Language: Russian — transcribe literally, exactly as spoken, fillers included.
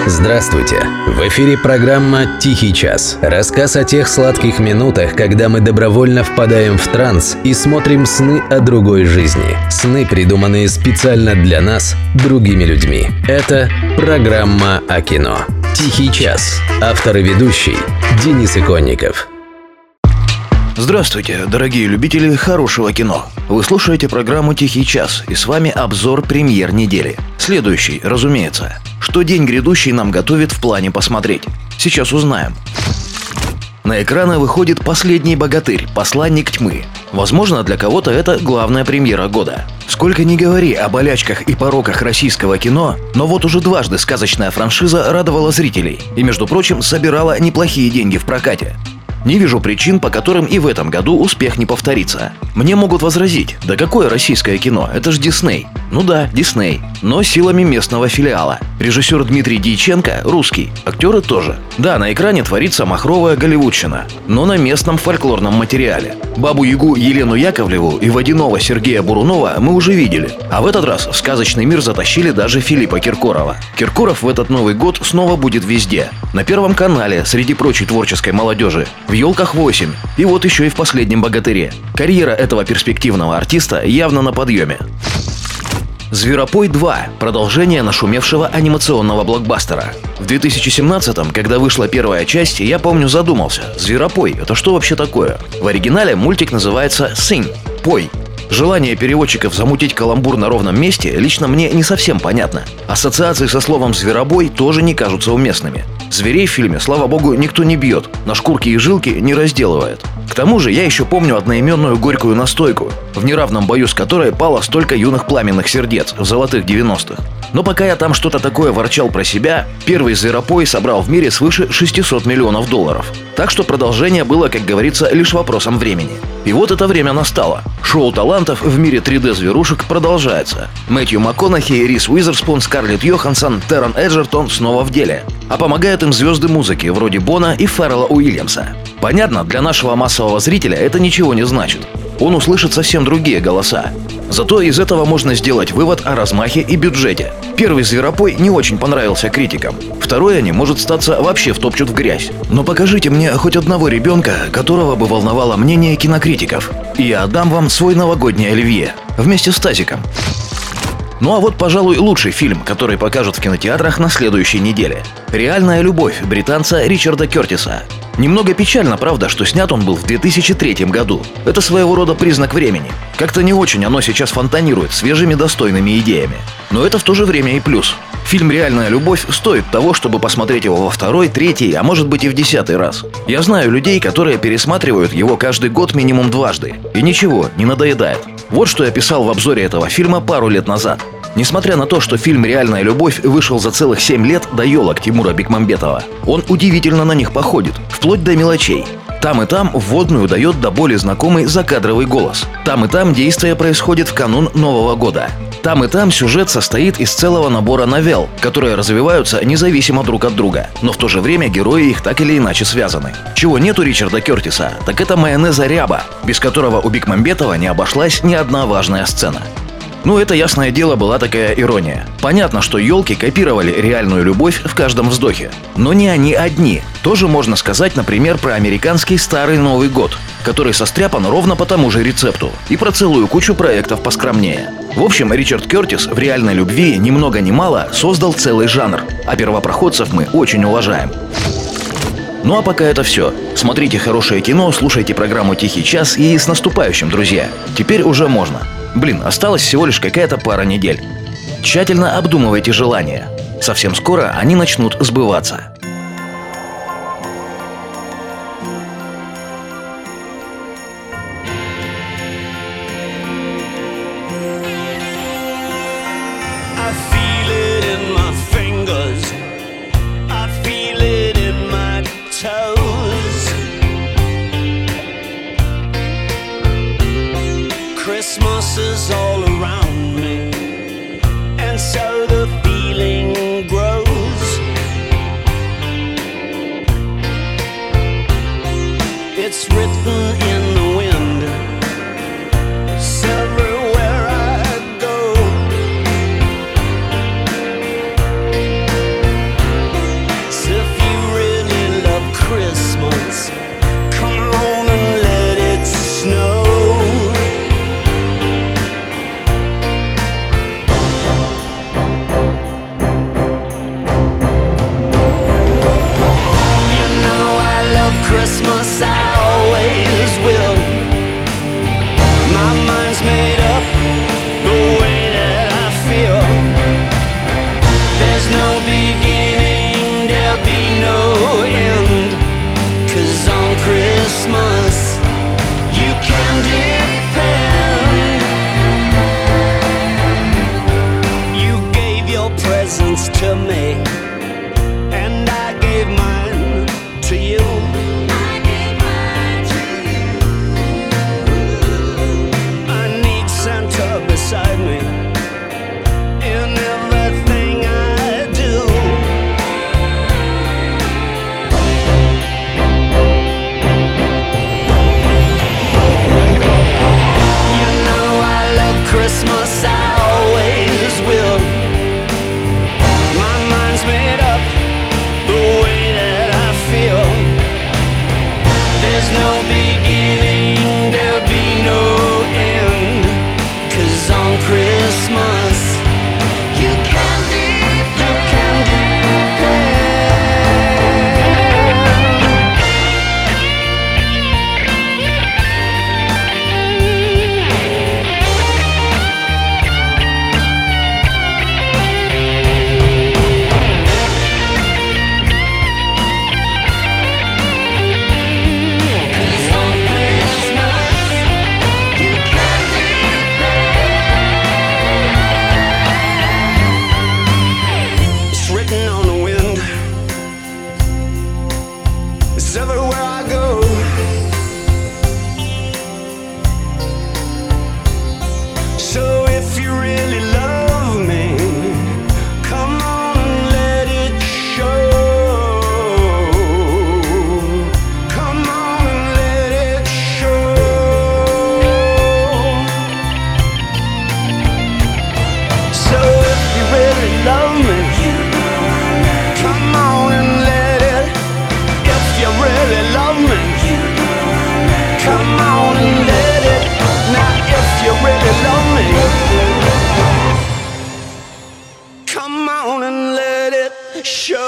Здравствуйте! В эфире программа «Тихий час». Рассказ о тех сладких минутах, когда мы добровольно впадаем в транс и смотрим сны о другой жизни. Сны, придуманные специально для нас, другими людьми. Это программа о кино. «Тихий час». Автор и ведущий Денис Иконников. Здравствуйте, дорогие любители хорошего кино. Вы слушаете программу «Тихий час», и с вами обзор премьер недели. Следующий, разумеется. Что день грядущий нам готовит в плане посмотреть? Сейчас узнаем. На экраны выходит «Последний богатырь. Посланник тьмы». Возможно, для кого-то это главная премьера года. Сколько ни говори о болячках и пороках российского кино, но вот уже дважды сказочная франшиза радовала зрителей и, между прочим, собирала неплохие деньги в прокате. Не вижу причин, по которым и в этом году успех не повторится. Мне могут возразить: да какое российское кино, это ж Дисней. Ну да, Дисней, но силами местного филиала. Режиссер Дмитрий Дьяченко русский, актеры тоже. Да, на экране творится махровая голливудщина, но на местном фольклорном материале. Бабу-Ягу Елену Яковлеву и водяного Сергея Бурунова мы уже видели. А в этот раз в сказочный мир затащили даже Филиппа Киркорова. Киркоров в этот Новый год снова будет везде. На Первом канале, среди прочей творческой молодежи, в «Елках восемь» и вот еще и в «Последнем богатыре». Карьера этого перспективного артиста явно на подъеме. «Зверопой два» – продолжение нашумевшего анимационного блокбастера. В две тысячи семнадцатом, когда вышла первая часть, я помню задумался: «Зверопой» – это что вообще такое? В оригинале мультик называется «Sing» – «Пой». Желание переводчиков замутить каламбур на ровном месте лично мне не совсем понятно. Ассоциации со словом «зверобой» тоже не кажутся уместными. Зверей в фильме, слава богу, никто не бьет, на шкурки и жилки не разделывает. К тому же я еще помню одноименную горькую настойку, в неравном бою с которой пало столько юных пламенных сердец в золотых девяностых. Но пока я там что-то такое ворчал про себя, первый «Зверопой» собрал в мире свыше шестисот миллионов долларов. Так что продолжение было, как говорится, лишь вопросом времени. И вот это время настало. Шоу талантов в мире три дэ-зверушек продолжается. Мэтью МакКонахи, Риз Уизерспун, Скарлетт Йоханссон, Террен Эджертон снова в деле. А помогают им звезды музыки вроде Бона и Феррелла Уильямса. Понятно, для нашего массового зрителя это ничего не значит. Он услышит совсем другие голоса. Зато из этого можно сделать вывод о размахе и бюджете. Первый «Зверопой» не очень понравился критикам. Второй они, может статься, вообще втопчут в грязь. Но покажите мне хоть одного ребенка, которого бы волновало мнение кинокритиков. И я отдам вам свой новогодний оливье. Вместе с тазиком. Ну а вот, пожалуй, лучший фильм, который покажут в кинотеатрах на следующей неделе. «Реальная любовь» британца Ричарда Кертиса. Немного печально, правда, что снят он был в две тысячи третьем году. Это своего рода признак времени. Как-то не очень оно сейчас фонтанирует свежими достойными идеями. Но это в то же время и плюс. Фильм «Реальная любовь» стоит того, чтобы посмотреть его во второй, третий, а может быть и в десятый раз. Я знаю людей, которые пересматривают его каждый год минимум дважды. И ничего, не надоедает. Вот что я писал в обзоре этого фильма пару лет назад. Несмотря на то, что фильм «Реальная любовь» вышел за целых семь лет до елок Тимура Бекмамбетова, он удивительно на них походит, вплоть до мелочей. Там и там вводную дает до боли знакомый закадровый голос. Там и там действие происходит в канун Нового года. Там и там сюжет состоит из целого набора новелл, которые развиваются независимо друг от друга, но в то же время герои их так или иначе связаны. Чего нет у Ричарда Кертиса, так это майонеза ряба, без которого у Бекмамбетова не обошлась ни одна важная сцена. Ну, это, ясное дело, была такая ирония. Понятно, что елки копировали реальную любовь в каждом вздохе. Но не они одни. Тоже можно сказать, например, про американский Старый Новый год, который состряпан ровно по тому же рецепту, и про целую кучу проектов поскромнее. В общем, Ричард Кертис в «Реальной любви» ни много ни мало создал целый жанр, а первопроходцев мы очень уважаем. Ну а пока это все. Смотрите хорошее кино, слушайте программу «Тихий час» и с наступающим, друзья. Теперь уже можно. Блин, осталась всего лишь какая-то пара недель. Тщательно обдумывайте желания. Совсем скоро они начнут сбываться. Christmas is all around me, and so the feeling grows. It's written in the wind, it's everywhere I go. show.